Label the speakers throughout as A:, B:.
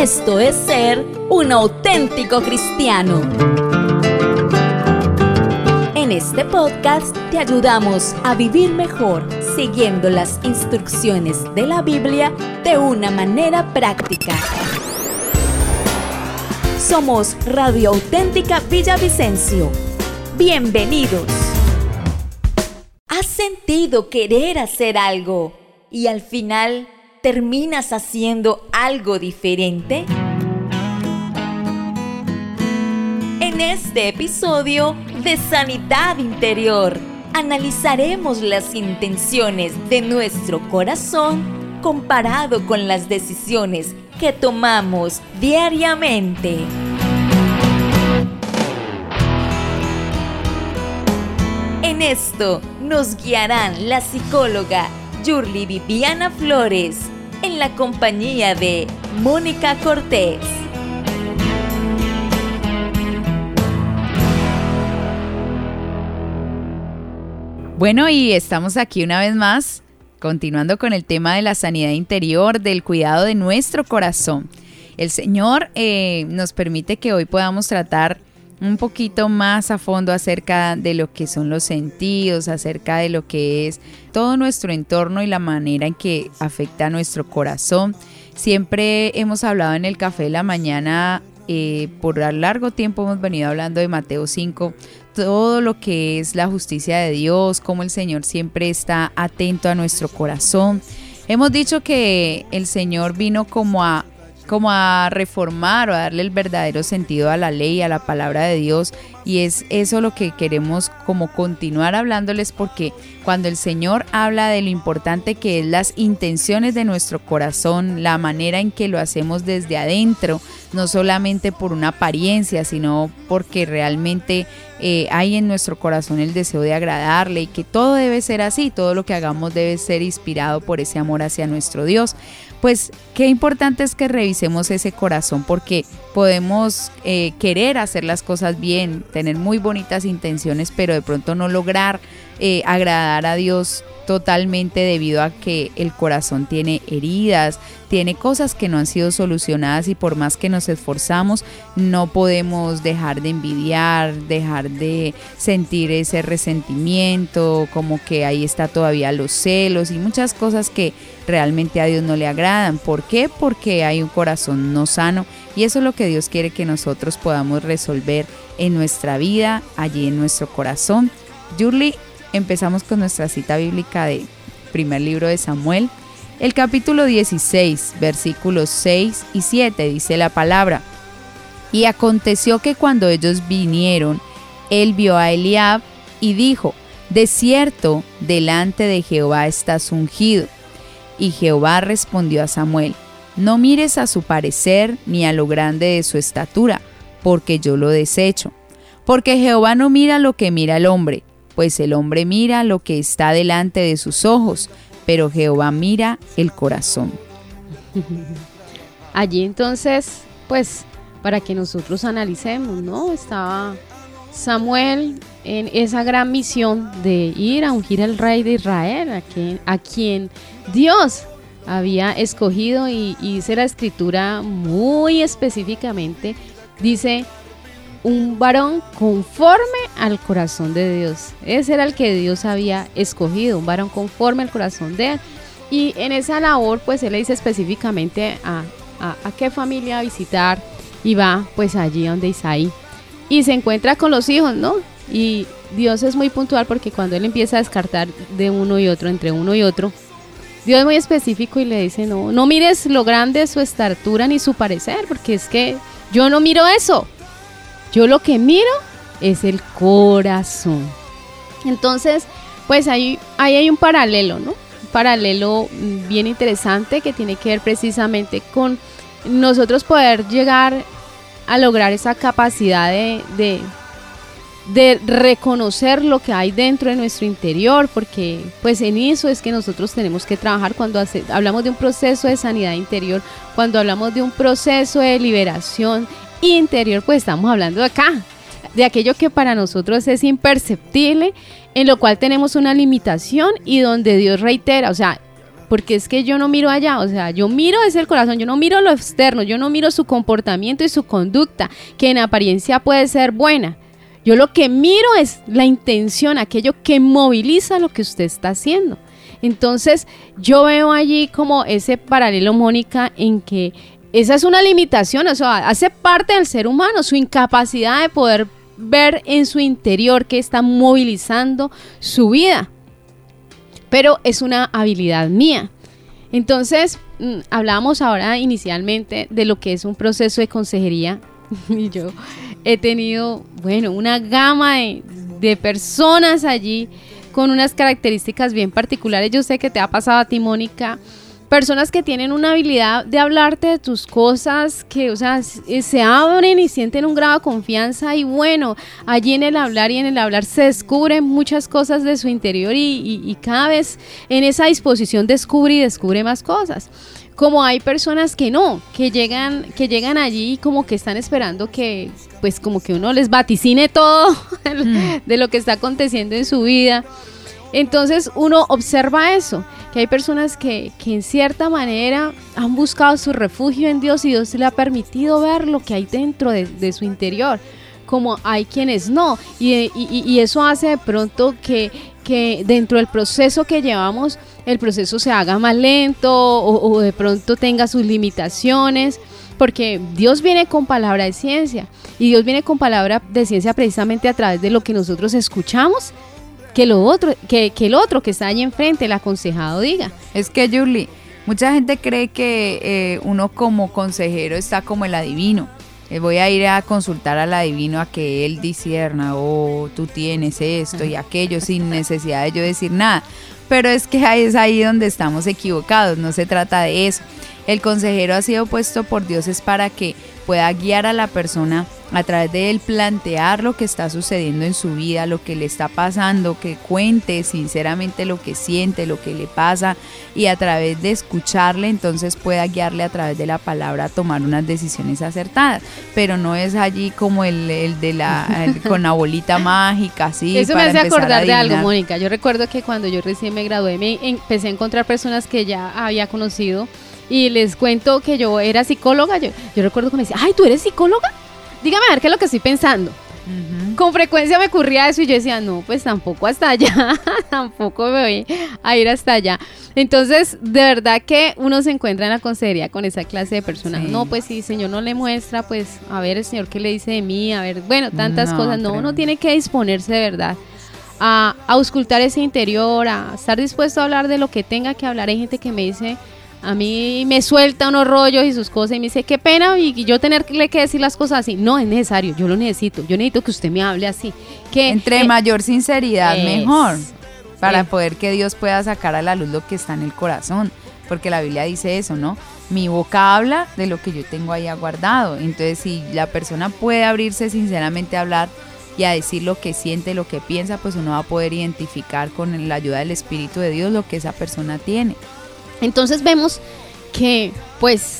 A: Esto es ser un auténtico cristiano. En este podcast te ayudamos a vivir mejor siguiendo las instrucciones de la Biblia de una manera práctica. Somos Radio Auténtica Villavicencio. Bienvenidos. ¿Has sentido querer hacer algo y al final terminas haciendo algo diferente? En este episodio de Sanidad Interior, analizaremos las intenciones de nuestro corazón comparado con las decisiones que tomamos diariamente. En esto nos guiarán la psicóloga Yurli Viviana Flores en la compañía de Mónica Cortés.
B: Bueno, y estamos aquí una vez más, continuando con el tema de la sanidad interior, del cuidado de nuestro corazón. El Señor nos permite que hoy podamos tratar un poquito más a fondo acerca de lo que son los sentidos, acerca de lo que es todo nuestro entorno y la manera en que afecta a nuestro corazón. Siempre hemos hablado en el Café de la Mañana, por largo tiempo hemos venido hablando de Mateo 5, todo lo que es la justicia de Dios, cómo el Señor siempre está atento a nuestro corazón. Hemos dicho que el Señor vino como a reformar o a darle el verdadero sentido a la ley, a la palabra de Dios, y es eso lo que queremos como continuar hablándoles, porque cuando el Señor habla de lo importante que es las intenciones de nuestro corazón, la manera en que lo hacemos desde adentro, no solamente por una apariencia, sino porque realmente hay en nuestro corazón el deseo de agradarle, y que todo debe ser así, todo lo que hagamos debe ser inspirado por ese amor hacia nuestro Dios. Pues qué importante es que revisemos ese corazón, porque podemos querer hacer las cosas bien, tener muy bonitas intenciones, pero de pronto no lograr agradar a Dios totalmente debido a que el corazón tiene heridas, tiene cosas que no han sido solucionadas, y por más que nos esforzamos no podemos dejar de envidiar, dejar de sentir ese resentimiento, como que ahí está todavía los celos y muchas cosas que realmente a Dios no le agradan. ¿Por qué? Porque hay un corazón no sano, y eso es lo que Dios quiere que nosotros podamos resolver en nuestra vida, allí en nuestro corazón. Yurli, empezamos con nuestra cita bíblica de primer libro de Samuel, el capítulo 16, versículos 6 y 7, dice la palabra: Y aconteció que cuando ellos vinieron, él vio a Eliab y dijo: De cierto, delante de Jehová estás ungido. Y Jehová respondió a Samuel: No mires a su parecer ni a lo grande de su estatura, porque yo lo desecho. Porque Jehová no mira lo que mira el hombre, pues el hombre mira lo que está delante de sus ojos, pero Jehová mira el corazón.
C: Allí entonces, pues, para que nosotros analicemos, ¿no? Estaba Samuel en esa gran misión de ir a ungir al rey de Israel, a quien Dios había escogido, y dice la escritura muy específicamente, dice: un varón conforme al corazón de Dios. Ese era el que Dios había escogido, un varón conforme al corazón de él. Y en esa labor, pues él le dice específicamente a qué familia visitar, y va pues allí donde Isaí, y se encuentra con los hijos, ¿no? Y Dios es muy puntual, porque cuando él empieza a descartar de uno y otro, entre uno y otro, Dios es muy específico y le dice: no mires lo grande de su estatura ni su parecer, porque es que yo no miro eso. Yo lo que miro es el corazón. Entonces, pues ahí hay un paralelo, ¿no? Un paralelo bien interesante que tiene que ver precisamente con nosotros poder llegar a lograr esa capacidad de reconocer lo que hay dentro de nuestro interior, porque pues en eso es que nosotros tenemos que trabajar cuando hablamos de un proceso de sanidad interior, cuando hablamos de un proceso de liberación interior, pues estamos hablando de acá, de aquello que para nosotros es imperceptible, en lo cual tenemos una limitación y donde Dios reitera, o sea, porque es que yo no miro allá, o sea, yo miro desde el corazón, yo no miro lo externo, yo no miro su comportamiento y su conducta, que en apariencia puede ser buena. Yo lo que miro es la intención, aquello que moviliza lo que usted está haciendo. Entonces, yo veo allí como ese paralelo, Mónica, en que esa es una limitación, o sea, hace parte del ser humano, su incapacidad de poder ver en su interior que está movilizando su vida. Pero es una habilidad mía. Entonces, hablábamos ahora inicialmente de lo que es un proceso de consejería. Y yo he tenido, una gama de personas allí con unas características bien particulares. Yo sé que te ha pasado a ti, Mónica. Personas que tienen una habilidad de hablarte de tus cosas, que, o sea, se abren y sienten un grado de confianza y allí en el hablar se descubren muchas cosas de su interior y cada vez en esa disposición descubre más cosas. Como hay personas que no, que llegan allí y como que están esperando que, pues como que uno les vaticine todo de lo que está aconteciendo en su vida. Entonces uno observa eso, que hay personas que en cierta manera han buscado su refugio en Dios y Dios le ha permitido ver lo que hay dentro de su interior, como hay quienes no, y eso hace de pronto que dentro del proceso que llevamos, el proceso se haga más lento o de pronto tenga sus limitaciones, porque Dios viene con palabra de ciencia, y Dios viene con palabra de ciencia precisamente a través de lo que nosotros escuchamos, que el otro que está allí enfrente, el aconsejado, diga.
B: Es que, Yurli, mucha gente cree que uno como consejero está como el adivino. Voy a ir a consultar al adivino a que él discierna, tú tienes esto y aquello, sin necesidad de yo decir nada. Pero es que es ahí donde estamos equivocados, no se trata de eso. El consejero ha sido puesto por Dios es para que pueda guiar a la persona a través de él, plantear lo que está sucediendo en su vida, lo que le está pasando, que cuente sinceramente lo que siente, lo que le pasa, y a través de escucharle entonces pueda guiarle a través de la palabra a tomar unas decisiones acertadas. Pero no es allí como el con la bolita mágica, así.
C: Eso me hace acordar de algo, Mónica. Yo recuerdo que cuando yo recién me gradué me empecé a encontrar personas que ya había conocido. Y les cuento que yo era psicóloga. Yo recuerdo que me decía, ay, ¿tú eres psicóloga? Dígame a ver qué es lo que estoy pensando. Uh-huh. Con frecuencia me ocurría eso y yo decía, no, pues tampoco hasta allá, tampoco me voy a ir hasta allá. Entonces, de verdad que uno se encuentra en la consejería con esa clase de personas. Sí. No, pues si el Señor no le muestra, pues a ver el Señor qué le dice de mí, a ver, tantas cosas. No, uno tiene que disponerse de verdad a auscultar ese interior, a estar dispuesto a hablar de lo que tenga que hablar. Hay gente que me dice... A mí me suelta unos rollos y sus cosas y me dice, qué pena, y yo tenerle que decir las cosas así. No, es necesario, yo lo necesito. Yo necesito que usted me hable así.
B: Entre mayor sinceridad, mejor. Para poder que Dios pueda sacar a la luz lo que está en el corazón. Porque la Biblia dice eso, ¿no? Mi boca habla de lo que yo tengo ahí aguardado. Entonces, si la persona puede abrirse sinceramente a hablar y a decir lo que siente, lo que piensa, pues uno va a poder identificar con la ayuda del Espíritu de Dios lo que esa persona tiene.
C: Entonces vemos que, pues,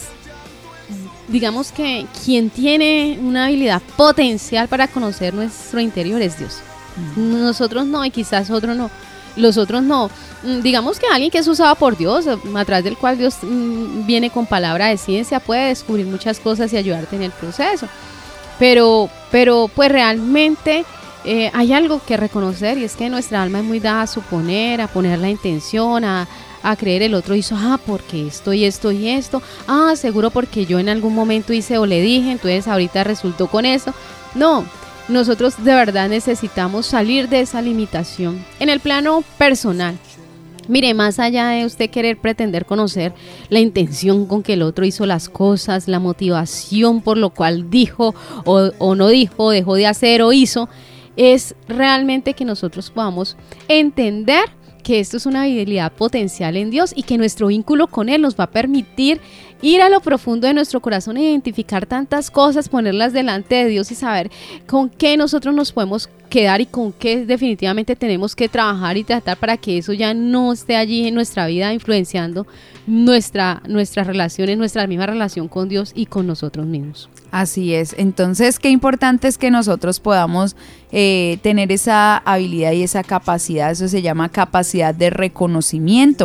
C: digamos que quien tiene una habilidad potencial para conocer nuestro interior es Dios. Nosotros no, y quizás otros no. Los otros no. Digamos que alguien que es usado por Dios, a través del cual Dios viene con palabra de ciencia, puede descubrir muchas cosas y ayudarte en el proceso. Pero pues realmente... hay algo que reconocer, y es que nuestra alma es muy dada a suponer, a poner la intención, a creer el otro hizo, porque esto y esto y esto, seguro porque yo en algún momento hice o le dije, entonces ahorita resultó con eso. No, nosotros de verdad necesitamos salir de esa limitación en el plano personal. Mire, más allá de usted querer pretender conocer la intención con que el otro hizo las cosas, la motivación por lo cual dijo o no dijo, dejó de hacer o hizo, es realmente que nosotros podamos entender que esto es una habilidad potencial en Dios y que nuestro vínculo con Él nos va a permitir ir a lo profundo de nuestro corazón e identificar tantas cosas, ponerlas delante de Dios y saber con qué nosotros nos podemos quedar y con qué definitivamente tenemos que trabajar y tratar para que eso ya no esté allí en nuestra vida influenciando nuestras relaciones, nuestra misma relación con Dios y con nosotros mismos.
B: Así es, entonces qué importante es que nosotros podamos tener esa habilidad y esa capacidad, eso se llama capacidad de reconocimiento,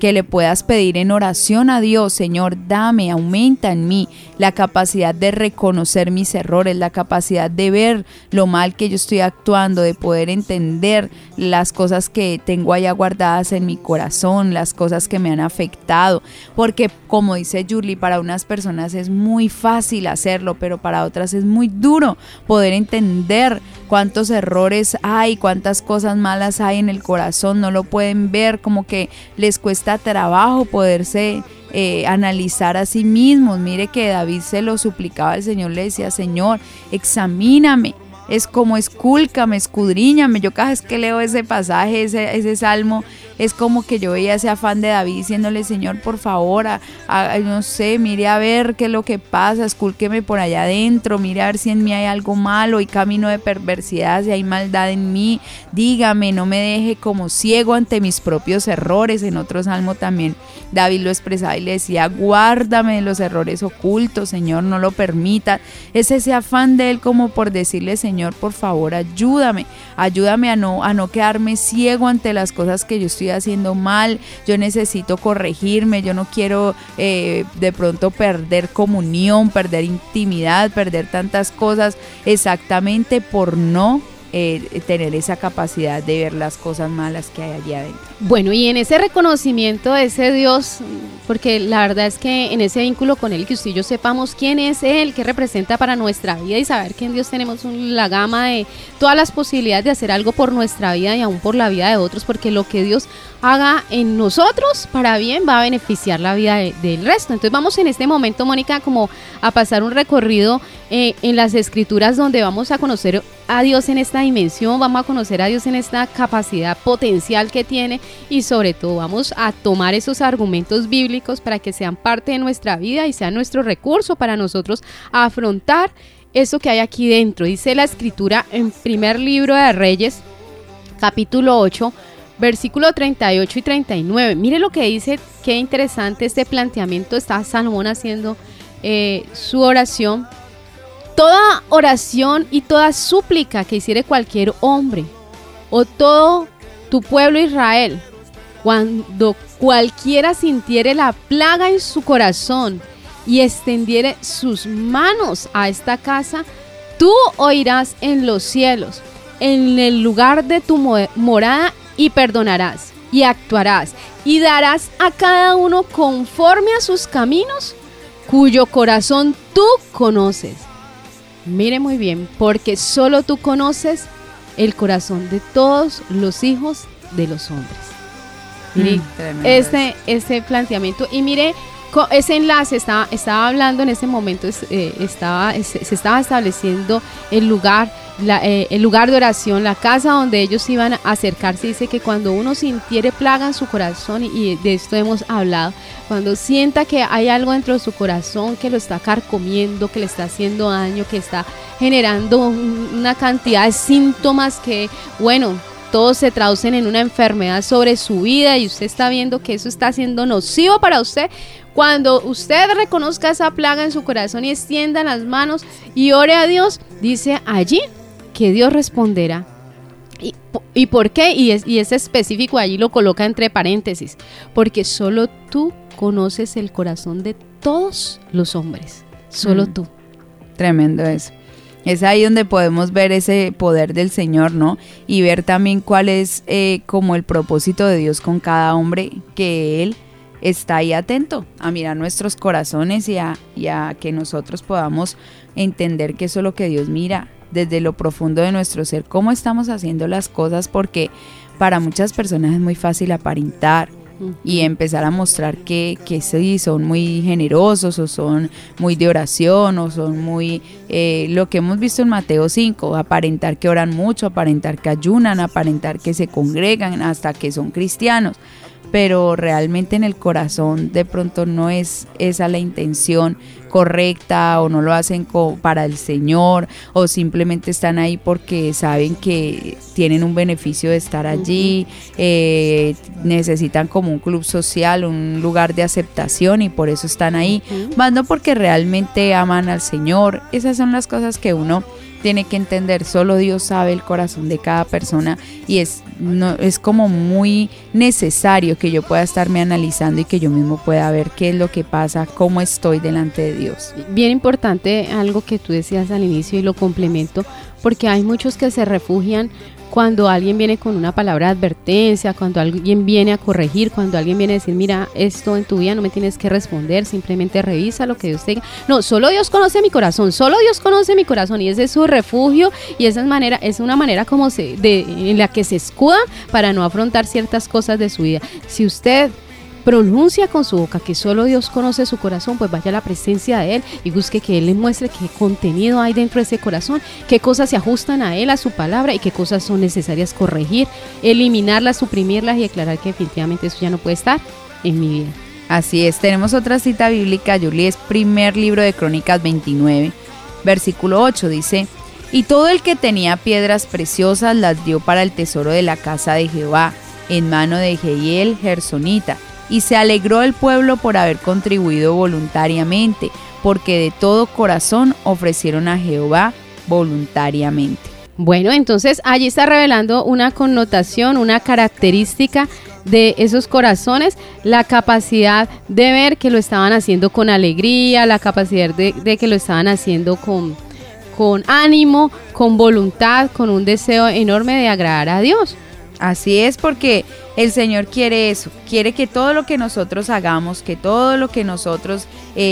B: que le puedas pedir en oración a Dios: Señor, aumenta en mí la capacidad de reconocer mis errores, la capacidad de ver lo mal que yo estoy actuando, de poder entender las cosas que tengo allá guardadas en mi corazón, las cosas que me han afectado, porque como dice Yurli, para unas personas es muy fácil hacerlo, pero para otras es muy duro poder entender cuántos errores hay, cuántas cosas malas hay en el corazón, no lo pueden ver, como que les cuesta trabajo poderse analizar a sí mismos. Mire que David se lo suplicaba al Señor, le decía: Señor, examíname, es como escúlcame, escudriñame. Yo cada vez que leo ese pasaje, ese salmo, es como que yo veía ese afán de David diciéndole: Señor, por favor, no sé, mire a ver qué es lo que pasa, escúlqueme por allá adentro, mire a ver si en mí hay algo malo y camino de perversidad, si hay maldad en mí, dígame, no me deje como ciego ante mis propios errores. En otro salmo también David lo expresaba y le decía: guárdame de los errores ocultos, Señor, no lo permitas. Es ese afán de él como por decirle: Señor, por favor, ayúdame a no quedarme ciego ante las cosas que yo estoy haciendo mal. Yo necesito corregirme, yo no quiero de pronto perder comunión, perder intimidad, perder tantas cosas exactamente por no tener esa capacidad de ver las cosas malas que hay allí adentro.
C: Bueno, y en ese reconocimiento de ese Dios, porque la verdad es que en ese vínculo con Él, que usted y yo sepamos quién es Él, qué representa para nuestra vida, y saber que en Dios tenemos la gama de todas las posibilidades de hacer algo por nuestra vida y aún por la vida de otros, porque lo que Dios haga en nosotros para bien va a beneficiar la vida del resto. Entonces vamos en este momento, Mónica, como a pasar un recorrido en las Escrituras, donde vamos a conocer a Dios en esta dimensión, vamos a conocer a Dios en esta capacidad potencial que tiene, y sobre todo vamos a tomar esos argumentos bíblicos para que sean parte de nuestra vida y sean nuestro recurso para nosotros afrontar eso que hay aquí dentro. Dice la Escritura en primer libro de Reyes, capítulo 8, versículo 38 y 39. Mire lo que dice, qué interesante este planteamiento. Está Salomón haciendo su oración. Toda oración y toda súplica que hiciere cualquier hombre o todo tu pueblo Israel, cuando cualquiera sintiere la plaga en su corazón y extendiere sus manos a esta casa, tú oirás en los cielos, en el lugar de tu morada, y perdonarás y actuarás y darás a cada uno conforme a sus caminos, cuyo corazón tú conoces. Mire muy bien, porque solo tú conoces el corazón de todos los hijos de los hombres. Mire, este planteamiento, y mire ese enlace. Estaba hablando en ese momento, se estaba estableciendo el lugar de oración, la casa donde ellos iban a acercarse. Dice que cuando uno sintiere plaga en su corazón, y de esto hemos hablado, cuando sienta que hay algo dentro de su corazón que lo está carcomiendo, que le está haciendo daño, que está generando una cantidad de síntomas que, bueno, todos se traducen en una enfermedad sobre su vida, y usted está viendo que eso está siendo nocivo para usted. Cuando usted reconozca esa plaga en su corazón y extienda las manos y ore a Dios, dice allí que Dios responderá. ¿Y por qué? Y es específico, allí lo coloca entre paréntesis: porque solo tú conoces el corazón de todos los hombres, solo tú.
B: Tremendo eso. Es ahí donde podemos ver ese poder del Señor, ¿no? Y ver también cuál es como el propósito de Dios con cada hombre, que Él está ahí atento a mirar nuestros corazones y a que nosotros podamos entender que eso es lo que Dios mira desde lo profundo de nuestro ser, cómo estamos haciendo las cosas, porque para muchas personas es muy fácil aparentar y empezar a mostrar que sí, son muy generosos, o son muy de oración, o son muy, lo que hemos visto en Mateo 5, aparentar que oran mucho, aparentar que ayunan, aparentar que se congregan, hasta que son cristianos, pero realmente en el corazón de pronto no es esa la intención correcta, o no lo hacen para el Señor, o simplemente están ahí porque saben que tienen un beneficio de estar allí, necesitan como un club social, un lugar de aceptación, y por eso están ahí, más no porque realmente aman al Señor. Esas son las cosas que uno tiene que entender, solo Dios sabe el corazón de cada persona y es como muy necesario que yo pueda estarme analizando y que yo mismo pueda ver qué es lo que pasa, cómo estoy delante de Dios.
C: Bien importante algo que tú decías al inicio y lo complemento, porque hay muchos que se refugian cuando alguien viene con una palabra de advertencia, cuando alguien viene a corregir, cuando alguien viene a decir, mira, esto en tu vida no me tienes que responder, simplemente revisa lo que Dios te diga. No, solo Dios conoce mi corazón, solo Dios conoce mi corazón, y ese es su refugio, y esa es una manera como en la que se escudan para no afrontar ciertas cosas de su vida. Si usted pronuncia con su boca que solo Dios conoce su corazón, pues vaya a la presencia de Él y busque que Él le muestre qué contenido hay dentro de ese corazón, qué cosas se ajustan a Él, a su palabra, y qué cosas son necesarias corregir, eliminarlas, suprimirlas y declarar que definitivamente eso ya no puede estar en mi vida.
B: Así es, tenemos otra cita bíblica, Julie, es primer libro de Crónicas 29, versículo 8, dice: y todo el que tenía piedras preciosas las dio para el tesoro de la casa de Jehová, en mano de Jehiel Gersonita. Y se alegró el pueblo por haber contribuido voluntariamente, porque de todo corazón ofrecieron a Jehová voluntariamente.
C: Bueno, entonces allí está revelando una connotación, una característica de esos corazones, la capacidad de ver que lo estaban haciendo con alegría, la capacidad de que lo estaban haciendo con ánimo, con voluntad, con un deseo enorme de agradar a Dios.
B: Así es, porque el Señor quiere eso, quiere que todo lo que nosotros hagamos, que todo lo que nosotros,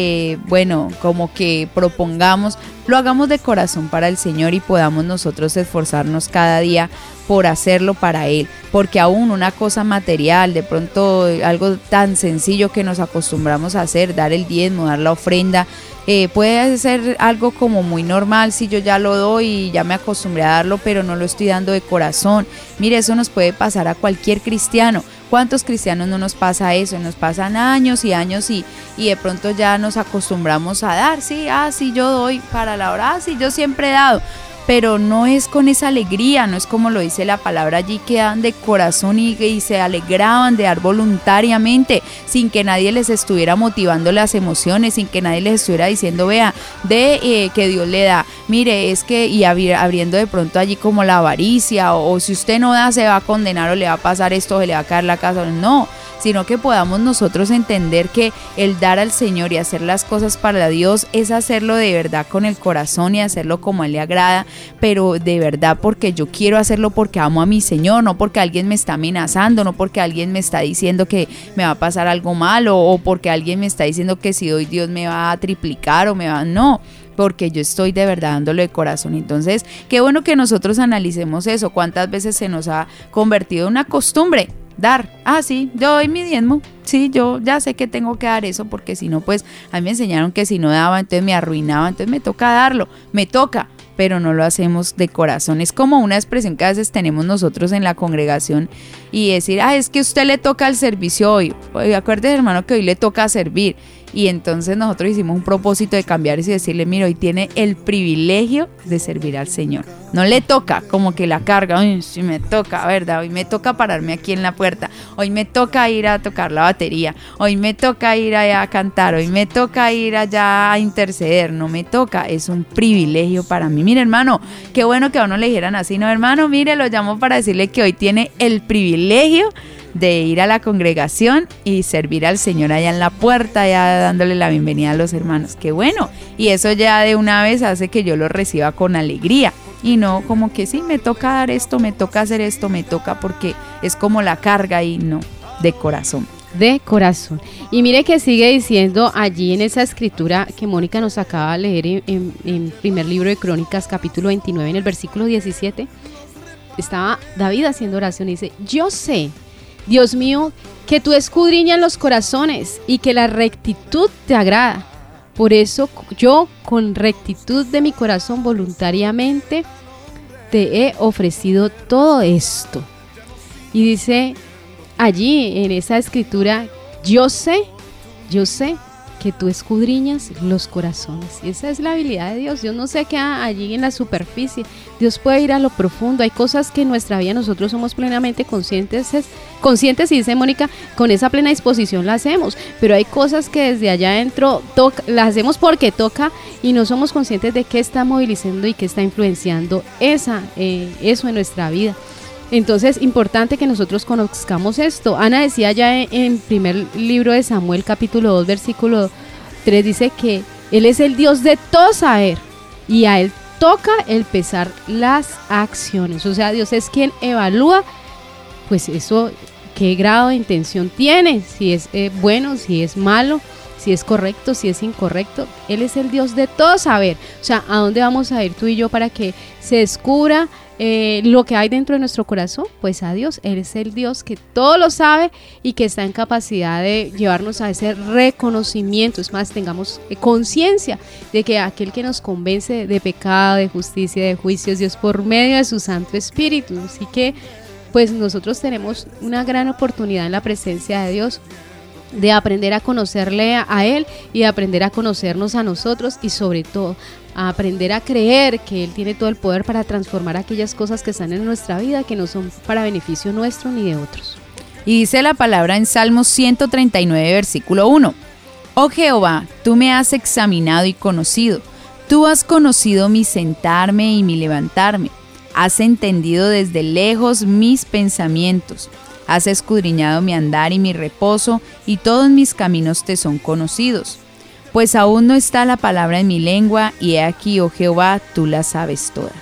B: como que propongamos, lo hagamos de corazón para el Señor y podamos nosotros esforzarnos cada día por hacerlo para Él, porque aún una cosa material, de pronto algo tan sencillo que nos acostumbramos a hacer, dar el diezmo, dar la ofrenda, puede ser algo como muy normal si yo ya lo doy y ya me acostumbré a darlo, pero no lo estoy dando de corazón. Mire, eso nos puede pasar a cualquier cristiano. ¿Cuántos cristianos no nos pasa eso? Nos pasan años y años y de pronto ya nos acostumbramos a dar, sí, yo doy para la hora, sí, yo siempre he dado. Pero no es con esa alegría, no es como lo dice la palabra allí, que dan de corazón y se alegraban de dar voluntariamente, sin que nadie les estuviera motivando las emociones, sin que nadie les estuviera diciendo, vea, que Dios le da, mire, es que, y abriendo de pronto allí como la avaricia, o si usted no da se va a condenar o le va a pasar esto, o le va a caer la casa, no, sino que podamos nosotros entender que el dar al Señor y hacer las cosas para Dios es hacerlo de verdad con el corazón y hacerlo como a Él le agrada, pero de verdad porque yo quiero hacerlo porque amo a mi Señor, no porque alguien me está amenazando, no porque alguien me está diciendo que me va a pasar algo malo, o porque alguien me está diciendo que si doy Dios me va a triplicar o no, porque yo estoy de verdad dándolo de corazón. Entonces, qué bueno que nosotros analicemos eso, cuántas veces se nos ha convertido en una costumbre dar, sí, yo doy mi diezmo, sí, yo ya sé que tengo que dar eso, porque si no, pues a mí me enseñaron que si no daba, entonces me arruinaba, entonces me toca darlo, pero no lo hacemos de corazón. Es como una expresión que a veces tenemos nosotros en la congregación y decir, es que a usted le toca el servicio hoy, acuérdese, hermano, que hoy le toca servir. Y entonces nosotros hicimos un propósito de cambiar eso y decirle, mira, hoy tiene el privilegio de servir al Señor. No le toca como que la carga, sí me toca, ¿verdad? Hoy me toca pararme aquí en la puerta, hoy me toca ir a tocar la batería, hoy me toca ir allá a cantar, hoy me toca ir allá a interceder, no me toca, es un privilegio para mí. Mire, hermano, qué bueno que a uno le dijeran así, no, hermano, mire, lo llamo para decirle que hoy tiene el privilegio de ir a la congregación y servir al Señor allá en la puerta, ya dándole la bienvenida a los hermanos. Qué bueno, y eso ya de una vez hace que yo lo reciba con alegría y no como que sí, me toca dar esto, me toca hacer esto, me toca, porque es como la carga, y no, de corazón.
C: De corazón. Y mire que sigue diciendo allí en esa escritura que Mónica nos acaba de leer en primer libro de Crónicas, capítulo 29, en el versículo 17, estaba David haciendo oración y dice, yo sé, Dios mío, que tú escudriñas los corazones y que la rectitud te agrada. Por eso yo, con rectitud de mi corazón, voluntariamente te he ofrecido todo esto. Y dice allí en esa escritura, yo sé que tú escudriñas los corazones. Y esa es la habilidad de Dios. Dios no se queda allí en la superficie. Dios puede ir a lo profundo. Hay cosas que en nuestra vida nosotros somos plenamente conscientes, y dice Mónica, con esa plena disposición la hacemos. Pero hay cosas que desde allá adentro las hacemos porque toca y no somos conscientes de qué está movilizando y qué está influenciando eso en nuestra vida. Entonces, importante que nosotros conozcamos esto. Ana decía ya en primer libro de Samuel, capítulo 2, versículo 3, dice que Él es el Dios de todo saber y a Él toca el pesar las acciones. O sea, Dios es quien evalúa, pues eso, qué grado de intención tiene, si es bueno, si es malo, si es correcto, si es incorrecto. Él es el Dios de todo saber. O sea, ¿a dónde vamos a ir tú y yo para que se descubra lo que hay dentro de nuestro corazón? Pues a Dios. Él es el Dios que todo lo sabe y que está en capacidad de llevarnos a ese reconocimiento. Es más, tengamos conciencia de que aquel que nos convence de pecado, de justicia, de juicio es Dios por medio de su Santo Espíritu. Así que pues nosotros tenemos una gran oportunidad en la presencia de Dios de aprender a conocerle a Él y de aprender a conocernos a nosotros y sobre todo a aprender a creer que Él tiene todo el poder para transformar aquellas cosas que están en nuestra vida que no son para beneficio nuestro ni de otros.
B: Y dice la palabra en Salmos 139, versículo 1. Oh Jehová, tú me has examinado y conocido. Tú has conocido mi sentarme y mi levantarme. Has entendido desde lejos mis pensamientos. Has escudriñado mi andar y mi reposo, y todos mis caminos te son conocidos. Pues aún no está la palabra en mi lengua, y he aquí, oh Jehová, tú la sabes toda.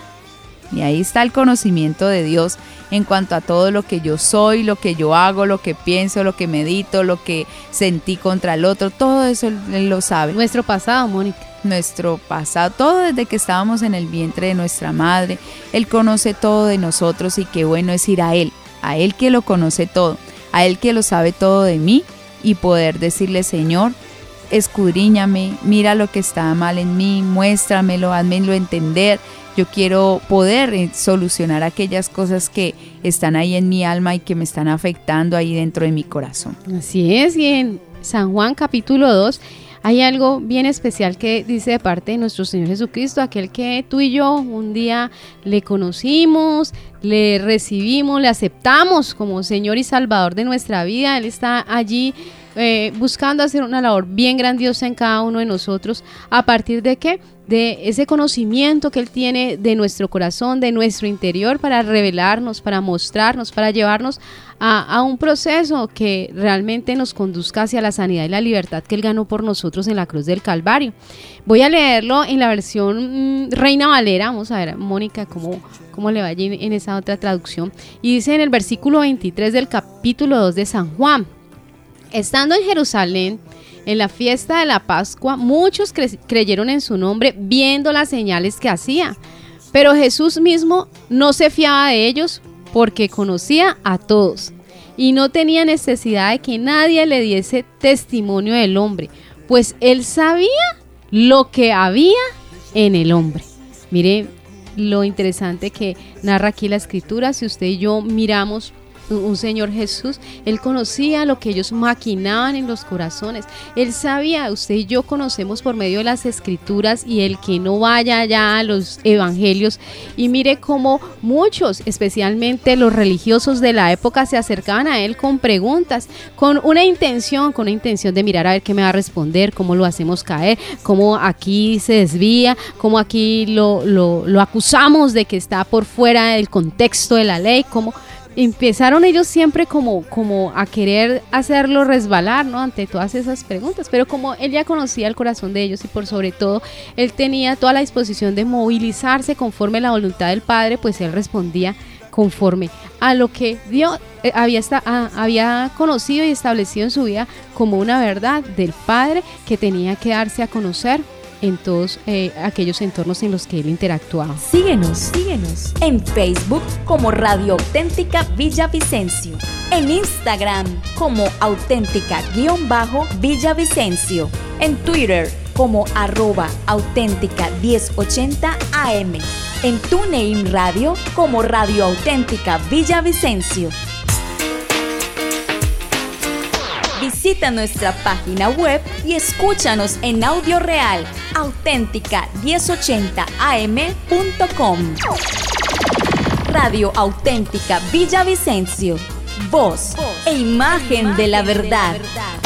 B: Y ahí está el conocimiento de Dios en cuanto a todo lo que yo soy, lo que yo hago, lo que pienso, lo que medito, lo que sentí contra el otro. Todo eso Él lo sabe.
C: Nuestro pasado, Mónica.
B: Nuestro pasado, todo desde que estábamos en el vientre de nuestra madre. Él conoce todo de nosotros y qué bueno es ir a Él que lo conoce todo, a Él que lo sabe todo de mí y poder decirle: Señor, escudriñame, mira lo que está mal en mí, muéstramelo, házmelo entender. Yo quiero poder solucionar aquellas cosas que están ahí en mi alma y que me están afectando ahí dentro de mi corazón.
C: Así es, y en San Juan capítulo 2 hay algo bien especial que dice de parte de nuestro Señor Jesucristo, aquel que tú y yo un día le conocimos, le recibimos, le aceptamos como Señor y Salvador de nuestra vida. Él está allí buscando hacer una labor bien grandiosa en cada uno de nosotros. ¿A partir de qué? De ese conocimiento que Él tiene de nuestro corazón, de nuestro interior, para revelarnos, para mostrarnos, para llevarnos a un proceso que realmente nos conduzca hacia la sanidad y la libertad que Él ganó por nosotros en la cruz del Calvario. Voy a leerlo en la versión Reina Valera. Vamos a ver, Mónica, cómo le va allí en esa otra traducción. Y dice en el versículo 23 del capítulo 2 de San Juan: estando en Jerusalén, en la fiesta de la Pascua, muchos creyeron en su nombre, viendo las señales que hacía. Pero Jesús mismo no se fiaba de ellos, porque conocía a todos y no tenía necesidad de que nadie le diese testimonio del hombre, pues Él sabía lo que había en el hombre. Mire lo interesante que narra aquí la Escritura. Si usted y yo miramos un Señor Jesús, Él conocía lo que ellos maquinaban en los corazones. Él sabía, usted y yo conocemos por medio de las Escrituras, y el que no vaya ya a los evangelios y mire cómo muchos, especialmente los religiosos de la época, se acercaban a Él con preguntas, con una intención de mirar a ver qué me va a responder, cómo lo hacemos caer, cómo aquí se desvía, cómo aquí lo acusamos de que está por fuera del contexto de la ley, cómo empezaron ellos siempre como a querer hacerlo resbalar, ¿no?, ante todas esas preguntas. Pero como Él ya conocía el corazón de ellos y por sobre todo Él tenía toda la disposición de movilizarse conforme a la voluntad del Padre, pues Él respondía conforme a lo que Dios había conocido y establecido en su vida como una verdad del Padre que tenía que darse a conocer en todos aquellos entornos en los que Él interactuaba.
A: Síguenos en Facebook como Radio Auténtica Villavicencio, en Instagram como auténtica_Villavicencio, en Twitter como @auténtica1080am, en TuneIn Radio como Radio Auténtica Villavicencio. Visita nuestra página web y escúchanos en audio real, auténtica1080am.com. Radio Auténtica Villavicencio, voz e imagen de la verdad.